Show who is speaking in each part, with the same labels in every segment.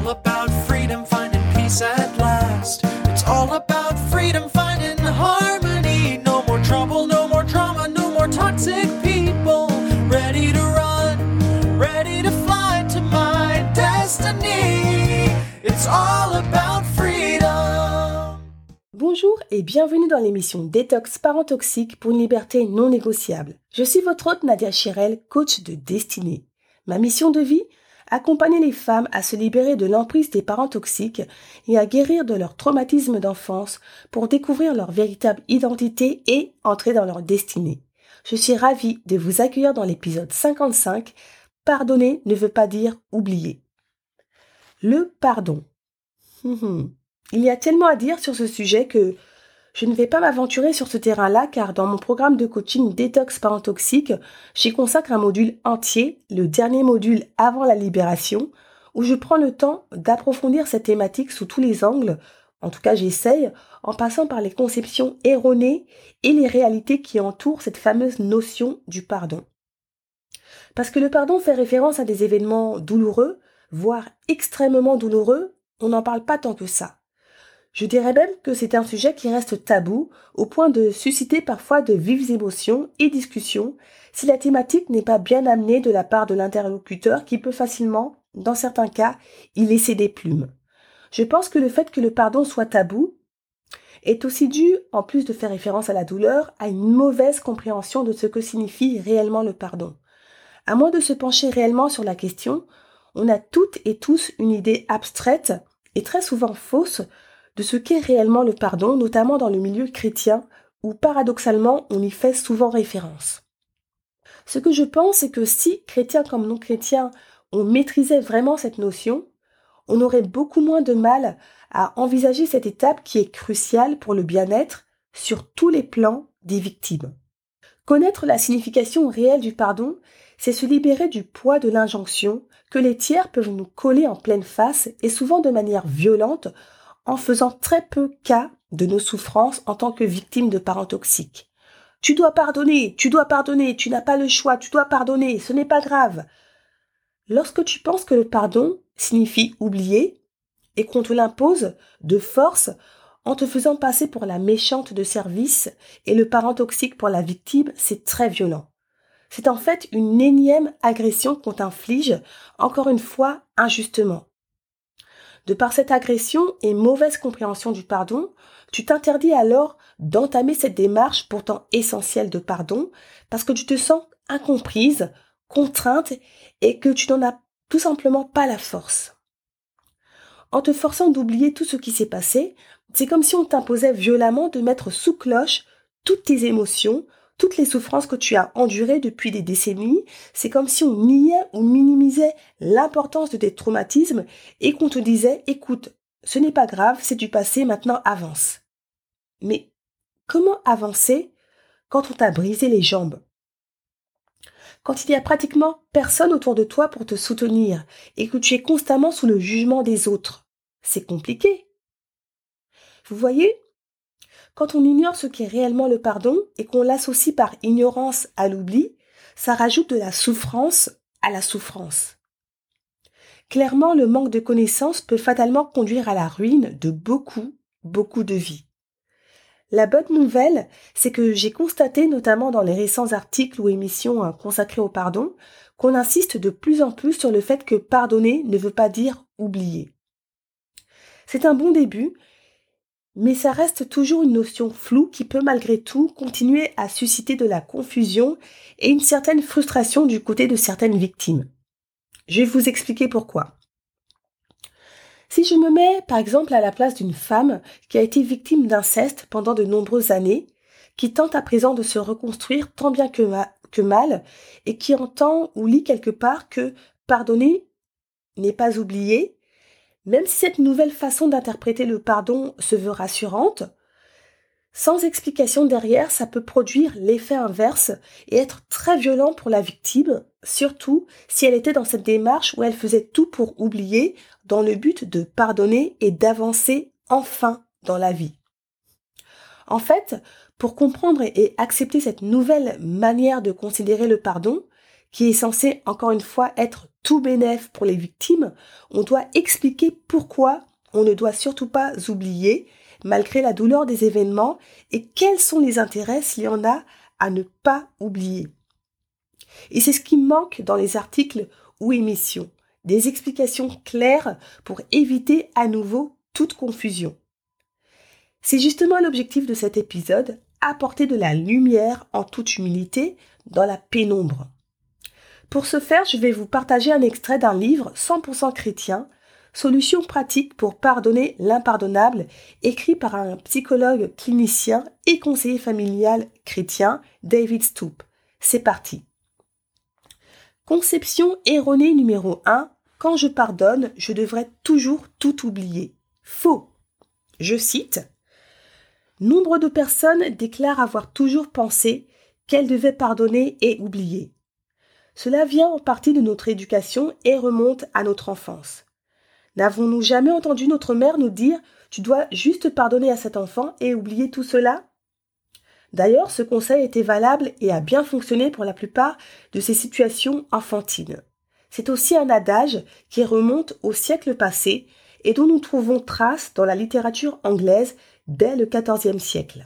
Speaker 1: all about freedom, finding peace at last. It's all about freedom, finding harmony. No more trouble, no more drama, no more toxic people. Ready to run, ready to fly to my destiny. It's all about freedom.
Speaker 2: Bonjour et bienvenue dans l'émission Détox Parents Toxiques pour une liberté non négociable. Je suis votre hôte Nadia Chirel, coach de destinée. Ma mission de vie ? Accompagner les femmes à se libérer de l'emprise des parents toxiques et à guérir de leur traumatisme d'enfance pour découvrir leur véritable identité et entrer dans leur destinée. Je suis ravie de vous accueillir dans l'épisode 55. Pardonner ne veut pas dire oublier. Le pardon. Il y a tellement à dire sur ce sujet que je ne vais pas m'aventurer sur ce terrain-là car dans mon programme de coaching Détox Parents Toxiques, j'y consacre un module entier, le dernier module avant la libération, où je prends le temps d'approfondir cette thématique sous tous les angles, en tout cas j'essaye, en passant par les conceptions erronées et les réalités qui entourent cette fameuse notion du pardon. Parce que le pardon fait référence à des événements douloureux, voire extrêmement douloureux, on n'en parle pas tant que ça. Je dirais même que c'est un sujet qui reste tabou, au point de susciter parfois de vives émotions et discussions, si la thématique n'est pas bien amenée de la part de l'interlocuteur qui peut facilement, dans certains cas, y laisser des plumes. Je pense que le fait que le pardon soit tabou est aussi dû, en plus de faire référence à la douleur, à une mauvaise compréhension de ce que signifie réellement le pardon. À moins de se pencher réellement sur la question, on a toutes et tous une idée abstraite et très souvent fausse de ce qu'est réellement le pardon, notamment dans le milieu chrétien, où paradoxalement on y fait souvent référence. Ce que je pense, c'est que si, chrétiens comme non-chrétiens, on maîtrisait vraiment cette notion, on aurait beaucoup moins de mal à envisager cette étape qui est cruciale pour le bien-être sur tous les plans des victimes. Connaître la signification réelle du pardon, c'est se libérer du poids de l'injonction que les tiers peuvent nous coller en pleine face et souvent de manière violente, en faisant très peu cas de nos souffrances en tant que victimes de parents toxiques. Tu dois pardonner, tu n'as pas le choix, tu dois pardonner, ce n'est pas grave. Lorsque tu penses que le pardon signifie oublier et qu'on te l'impose de force en te faisant passer pour la méchante de service et le parent toxique pour la victime, c'est très violent. C'est en fait une énième agression qu'on t'inflige, encore une fois, injustement. De par cette agression et mauvaise compréhension du pardon, tu t'interdis alors d'entamer cette démarche pourtant essentielle de pardon parce que tu te sens incomprise, contrainte et que tu n'en as tout simplement pas la force. En te forçant d'oublier tout ce qui s'est passé, c'est comme si on t'imposait violemment de mettre sous cloche toutes tes émotions, toutes les souffrances que tu as endurées depuis des décennies. C'est comme si on niait ou minimisait l'importance de tes traumatismes et qu'on te disait « Écoute, ce n'est pas grave, c'est du passé, maintenant avance ». Mais comment avancer quand on t'a brisé les jambes ? Quand il n'y a pratiquement personne autour de toi pour te soutenir et que tu es constamment sous le jugement des autres, c'est compliqué. Vous voyez ? Quand on ignore ce qu'est réellement le pardon et qu'on l'associe par ignorance à l'oubli, ça rajoute de la souffrance à la souffrance. Clairement, le manque de connaissances peut fatalement conduire à la ruine de beaucoup de vies. La bonne nouvelle, c'est que j'ai constaté, notamment dans les récents articles ou émissions consacrées au pardon, qu'on insiste de plus en plus sur le fait que pardonner ne veut pas dire oublier. C'est un bon début, mais ça reste toujours une notion floue qui peut malgré tout continuer à susciter de la confusion et une certaine frustration du côté de certaines victimes. Je vais vous expliquer pourquoi. Si je me mets par exemple à la place d'une femme qui a été victime d'inceste pendant de nombreuses années, qui tente à présent de se reconstruire tant bien que mal et qui entend ou lit quelque part que pardonner n'est pas oublier, même si cette nouvelle façon d'interpréter le pardon se veut rassurante, sans explication derrière, ça peut produire l'effet inverse et être très violent pour la victime, surtout si elle était dans cette démarche où elle faisait tout pour oublier dans le but de pardonner et d'avancer enfin dans la vie. En fait, pour comprendre et accepter cette nouvelle manière de considérer le pardon, qui est censé encore une fois être tout bénef pour les victimes, on doit expliquer pourquoi on ne doit surtout pas oublier, malgré la douleur des événements, et quels sont les intérêts s'il y en a à ne pas oublier. Et c'est ce qui manque dans les articles ou émissions, des explications claires pour éviter à nouveau toute confusion. C'est justement l'objectif de cet épisode, apporter de la lumière en toute humilité dans la pénombre. Pour ce faire, je vais vous partager un extrait d'un livre 100% chrétien, Solutions pratiques pour pardonner l'impardonnable, écrit par un psychologue clinicien et conseiller familial chrétien, David Stoop. C'est parti. Conception erronée numéro 1. Quand je pardonne, je devrais toujours tout oublier. Faux. Je cite. Nombre de personnes déclarent avoir toujours pensé qu'elles devaient pardonner et oublier. Cela vient en partie de notre éducation et remonte à notre enfance. N'avons-nous jamais entendu notre mère nous dire « Tu dois juste pardonner à cet enfant et oublier tout cela ?» D'ailleurs, ce conseil était valable et a bien fonctionné pour la plupart de ces situations enfantines. C'est aussi un adage qui remonte au siècle passé et dont nous trouvons trace dans la littérature anglaise dès le XIVe siècle.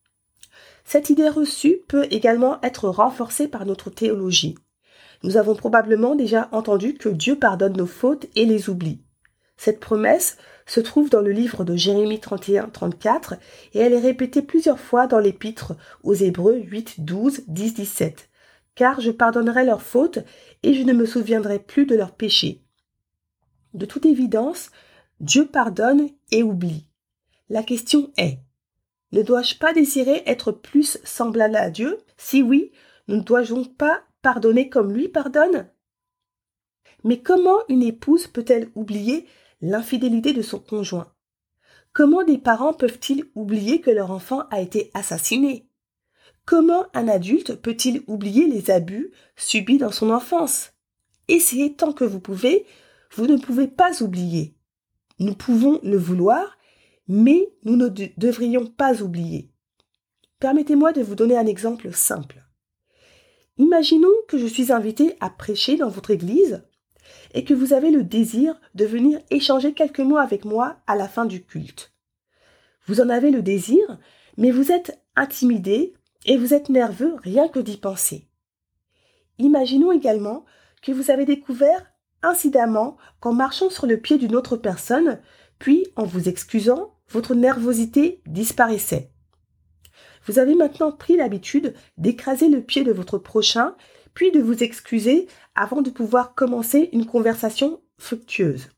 Speaker 2: Cette idée reçue peut également être renforcée par notre théologie. Nous avons probablement déjà entendu que Dieu pardonne nos fautes et les oublie. Cette promesse se trouve dans le livre de Jérémie 31-34 et elle est répétée plusieurs fois dans l'épître aux Hébreux 8, 12, 10, 17. Car je pardonnerai leurs fautes et je ne me souviendrai plus de leurs péchés. De toute évidence, Dieu pardonne et oublie. La question est, ne dois-je pas désirer être plus semblable à Dieu? Si oui, ne dois-je donc pas pardonner comme lui pardonne? Mais comment une épouse peut-elle oublier l'infidélité de son conjoint? Comment des parents peuvent-ils oublier que leur enfant a été assassiné? Comment un adulte peut-il oublier les abus subis dans son enfance? Essayez tant que vous ne pouvez pas oublier. Nous pouvons le vouloir, mais nous ne devrions pas oublier. Permettez-moi de vous donner un exemple simple. Imaginons que je suis invité à prêcher dans votre église et que vous avez le désir de venir échanger quelques mots avec moi à la fin du culte. Vous en avez le désir, mais vous êtes intimidé et vous êtes nerveux rien que d'y penser. Imaginons également que vous avez découvert incidemment qu'en marchant sur le pied d'une autre personne, puis en vous excusant, votre nervosité disparaissait. Vous avez maintenant pris l'habitude d'écraser le pied de votre prochain, puis de vous excuser avant de pouvoir commencer une conversation fructueuse.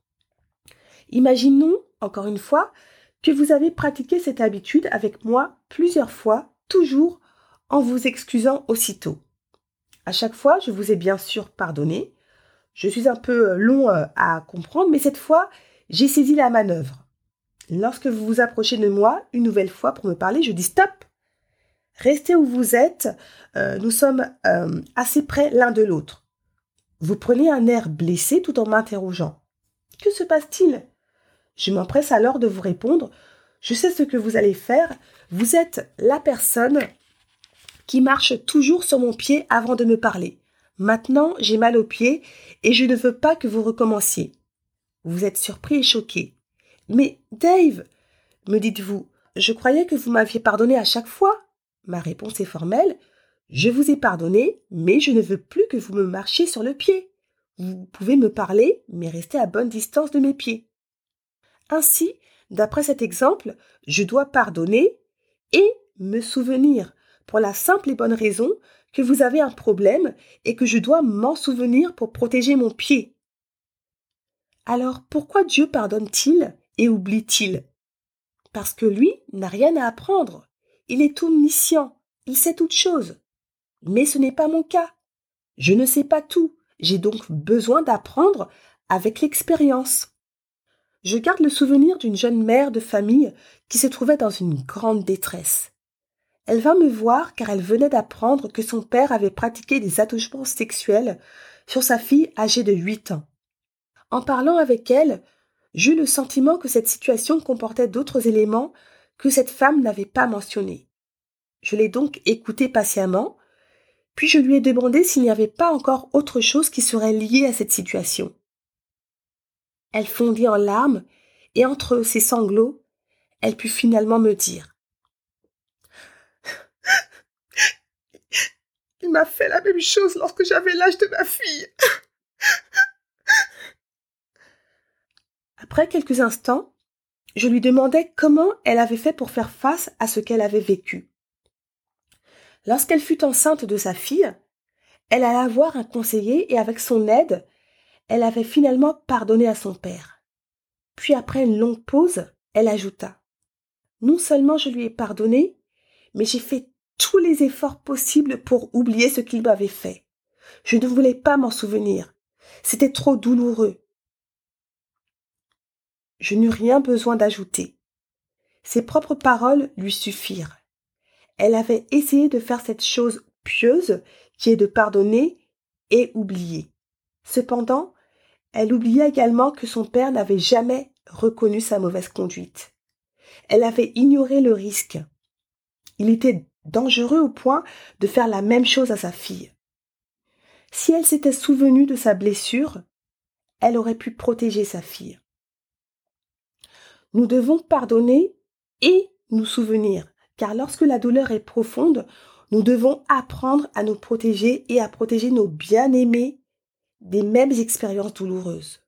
Speaker 2: Imaginons, encore une fois, que vous avez pratiqué cette habitude avec moi plusieurs fois, toujours en vous excusant aussitôt. À chaque fois, je vous ai bien sûr pardonné. Je suis un peu long à comprendre, mais cette fois, j'ai saisi la manœuvre. Lorsque vous vous approchez de moi une nouvelle fois pour me parler, je dis stop. Restez où vous êtes, nous sommes assez près l'un de l'autre. Vous prenez un air blessé tout en m'interrogeant. Que se passe-t-il? Je m'empresse alors de vous répondre. Je sais ce que vous allez faire. Vous êtes la personne qui marche toujours sur mon pied avant de me parler. Maintenant, j'ai mal au pied et je ne veux pas que vous recommenciez. Vous êtes surpris et choqué. Mais Dave, me dites-vous, je croyais que vous m'aviez pardonné à chaque fois. Ma réponse est formelle. Je vous ai pardonné, mais je ne veux plus que vous me marchiez sur le pied. Vous pouvez me parler, mais restez à bonne distance de mes pieds. Ainsi, d'après cet exemple, je dois pardonner et me souvenir, pour la simple et bonne raison que vous avez un problème et que je dois m'en souvenir pour protéger mon pied. Alors, pourquoi Dieu pardonne-t-il et oublie-t-il? Parce que lui n'a rien à apprendre. Il est omniscient, il sait toutes choses. Mais ce n'est pas mon cas. Je ne sais pas tout. J'ai donc besoin d'apprendre avec l'expérience. Je garde le souvenir d'une jeune mère de famille qui se trouvait dans une grande détresse. Elle vint me voir car elle venait d'apprendre que son père avait pratiqué des attouchements sexuels sur sa fille âgée de 8 ans. En parlant avec elle, j'eus le sentiment que cette situation comportait d'autres éléments que cette femme n'avait pas mentionnés. Je l'ai donc écoutée patiemment, Puis je lui ai demandé s'il n'y avait pas encore autre chose qui serait liée à cette situation. Elle fondit en larmes et entre ses sanglots, elle put finalement me dire: Il m'a fait la même chose lorsque j'avais l'âge de ma fille. Après quelques instants, je lui demandais comment elle avait fait pour faire face à ce qu'elle avait vécu. Lorsqu'elle fut enceinte de sa fille, elle alla voir un conseiller et avec son aide, elle avait finalement pardonné à son père. Puis après une longue pause, elle ajouta: Non seulement je lui ai pardonné, mais j'ai fait tous les efforts possibles pour oublier ce qu'il m'avait fait. Je ne voulais pas m'en souvenir. C'était trop douloureux. Je n'eus rien besoin d'ajouter. Ses propres paroles lui suffirent. Elle avait essayé de faire cette chose pieuse qui est de pardonner et oublier. Cependant, elle oublia également que son père n'avait jamais reconnu sa mauvaise conduite. Elle avait ignoré le risque. Il était dangereux au point de faire la même chose à sa fille. Si elle s'était souvenue de sa blessure, elle aurait pu protéger sa fille. Nous devons pardonner et nous souvenir, car lorsque la douleur est profonde, nous devons apprendre à nous protéger et à protéger nos bien-aimés des mêmes expériences douloureuses.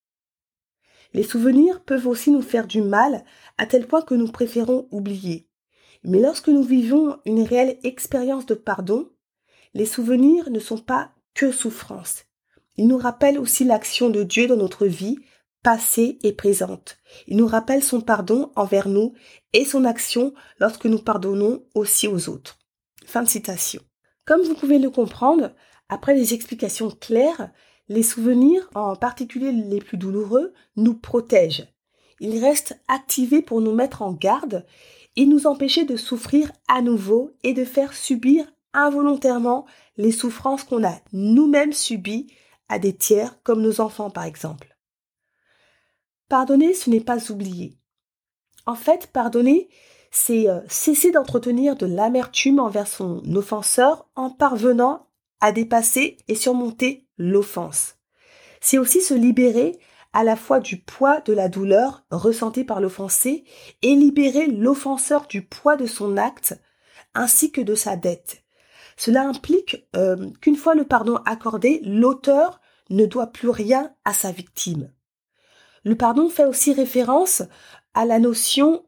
Speaker 2: Les souvenirs peuvent aussi nous faire du mal à tel point que nous préférons oublier. Mais lorsque nous vivons une réelle expérience de pardon, les souvenirs ne sont pas que souffrance. Ils nous rappellent aussi l'action de Dieu dans notre vie, passée et présente. Ils nous rappellent son pardon envers nous et son action lorsque nous pardonnons aussi aux autres. Fin de citation. Comme vous pouvez le comprendre, après des explications claires, les souvenirs, en particulier les plus douloureux, nous protègent. Ils restent activés pour nous mettre en garde et nous empêcher de souffrir à nouveau et de faire subir involontairement les souffrances qu'on a nous-mêmes subies à des tiers, comme nos enfants par exemple. Pardonner, ce n'est pas oublier. En fait, pardonner, c'est cesser d'entretenir de l'amertume envers son offenseur en parvenant à dépasser et surmonter l'offense. C'est aussi se libérer à la fois du poids de la douleur ressentie par l'offensé et libérer l'offenseur du poids de son acte ainsi que de sa dette. Cela implique qu'une fois le pardon accordé, l'auteur ne doit plus rien à sa victime. Le pardon fait aussi référence à la notion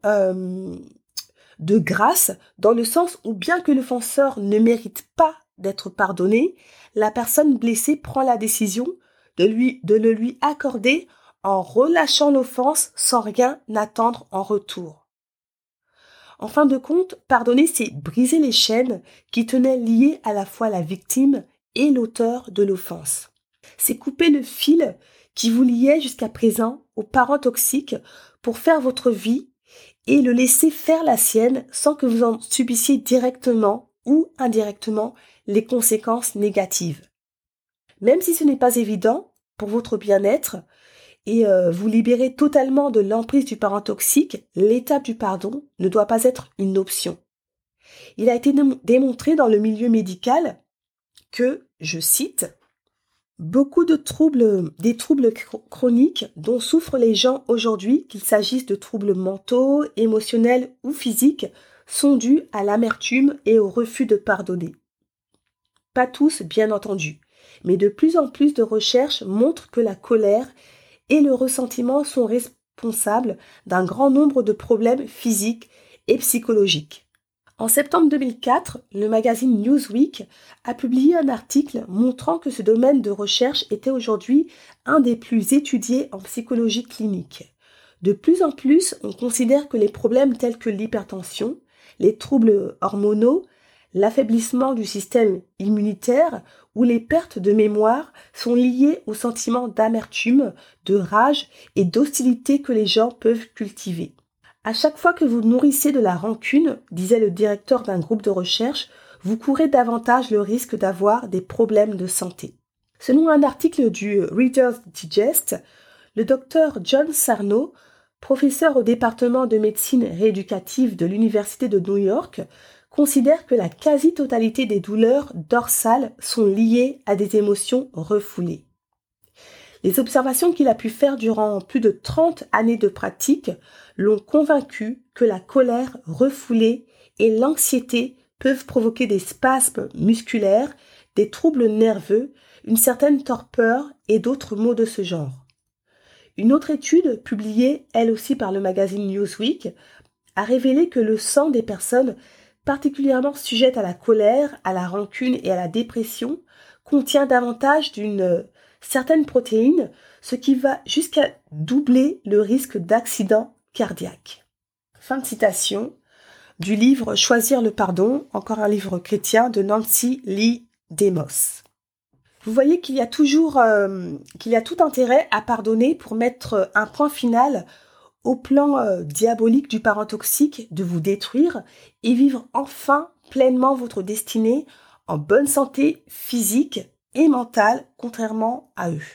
Speaker 2: de grâce, dans le sens où bien que l'offenseur ne mérite pas d'être pardonné, la personne blessée prend la décision de le lui accorder en relâchant l'offense sans rien attendre en retour. En fin de compte, pardonner, c'est briser les chaînes qui tenaient liées à la fois la victime et l'auteur de l'offense. C'est couper le fil qui vous liait jusqu'à présent aux parents toxiques pour faire votre vie et le laisser faire la sienne sans que vous en subissiez directement ou indirectement les conséquences négatives. Même si ce n'est pas évident pour votre bien-être et vous libérer totalement de l'emprise du parent toxique, l'étape du pardon ne doit pas être une option. Il a été démontré dans le milieu médical que, je cite, beaucoup des troubles chroniques dont souffrent les gens aujourd'hui, qu'il s'agisse de troubles mentaux, émotionnels ou physiques, sont dus à l'amertume et au refus de pardonner. Pas tous, bien entendu, mais de plus en plus de recherches montrent que la colère et le ressentiment sont responsables d'un grand nombre de problèmes physiques et psychologiques. En septembre 2004, le magazine Newsweek a publié un article montrant que ce domaine de recherche était aujourd'hui un des plus étudiés en psychologie clinique. De plus en plus, on considère que les problèmes tels que l'hypertension, les troubles hormonaux, l'affaiblissement du système immunitaire ou les pertes de mémoire sont liés au sentiment d'amertume, de rage et d'hostilité que les gens peuvent cultiver. À chaque fois que vous nourrissez de la rancune, disait le directeur d'un groupe de recherche, vous courez davantage le risque d'avoir des problèmes de santé. Selon un article du Reader's Digest, le docteur John Sarno, professeur au département de médecine rééducative de l'Université de New York, considère que la quasi-totalité des douleurs dorsales sont liées à des émotions refoulées. Les observations qu'il a pu faire durant plus de 30 années de pratique l'ont convaincu que la colère refoulée et l'anxiété peuvent provoquer des spasmes musculaires, des troubles nerveux, une certaine torpeur et d'autres maux de ce genre. Une autre étude, publiée elle aussi par le magazine Newsweek, a révélé que le sang des personnes particulièrement sujettes à la colère, à la rancune et à la dépression contient davantage d'une certaine protéine, ce qui va jusqu'à doubler le risque d'accident cardiaque. Fin de citation du livre Choisir le pardon, encore un livre chrétien de Nancy Lee Demos. Vous voyez qu'il y a tout intérêt à pardonner pour mettre un point final au plan diabolique du parent toxique de vous détruire et vivre enfin pleinement votre destinée en bonne santé physique et mentale, contrairement à eux.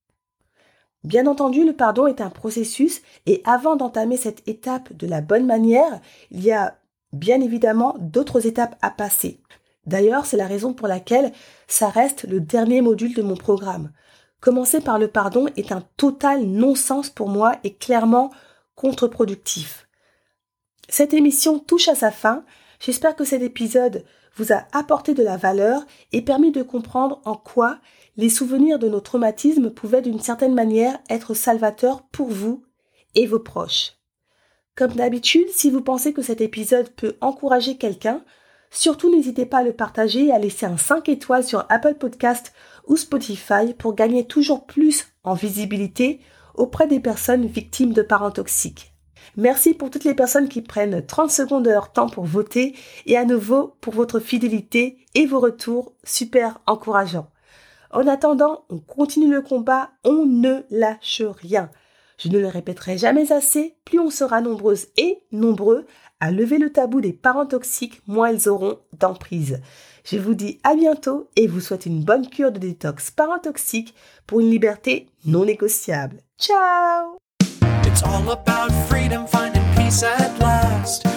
Speaker 2: Bien entendu, le pardon est un processus et avant d'entamer cette étape de la bonne manière, il y a bien évidemment d'autres étapes à passer. D'ailleurs, c'est la raison pour laquelle ça reste le dernier module de mon programme. Commencer par le pardon est un total non-sens pour moi et clairement contre-productif. Cette émission touche à sa fin. J'espère que cet épisode vous a apporté de la valeur et permis de comprendre en quoi les souvenirs de nos traumatismes pouvaient d'une certaine manière être salvateurs pour vous et vos proches. Comme d'habitude, si vous pensez que cet épisode peut encourager quelqu'un, surtout n'hésitez pas à le partager et à laisser un 5 étoiles sur Apple Podcast ou Spotify pour gagner toujours plus en visibilité auprès des personnes victimes de parents toxiques. Merci pour toutes les personnes qui prennent 30 secondes de leur temps pour voter et à nouveau pour votre fidélité et vos retours super encourageants. En attendant, on continue le combat, on ne lâche rien. Je ne le répéterai jamais assez, plus on sera nombreuses et nombreux à lever le tabou des parents toxiques, moins ils auront d'emprise. Je vous dis à bientôt et vous souhaite une bonne cure de détox parents toxiques pour une liberté non négociable. Ciao!
Speaker 1: It's all about freedom, finding peace at last.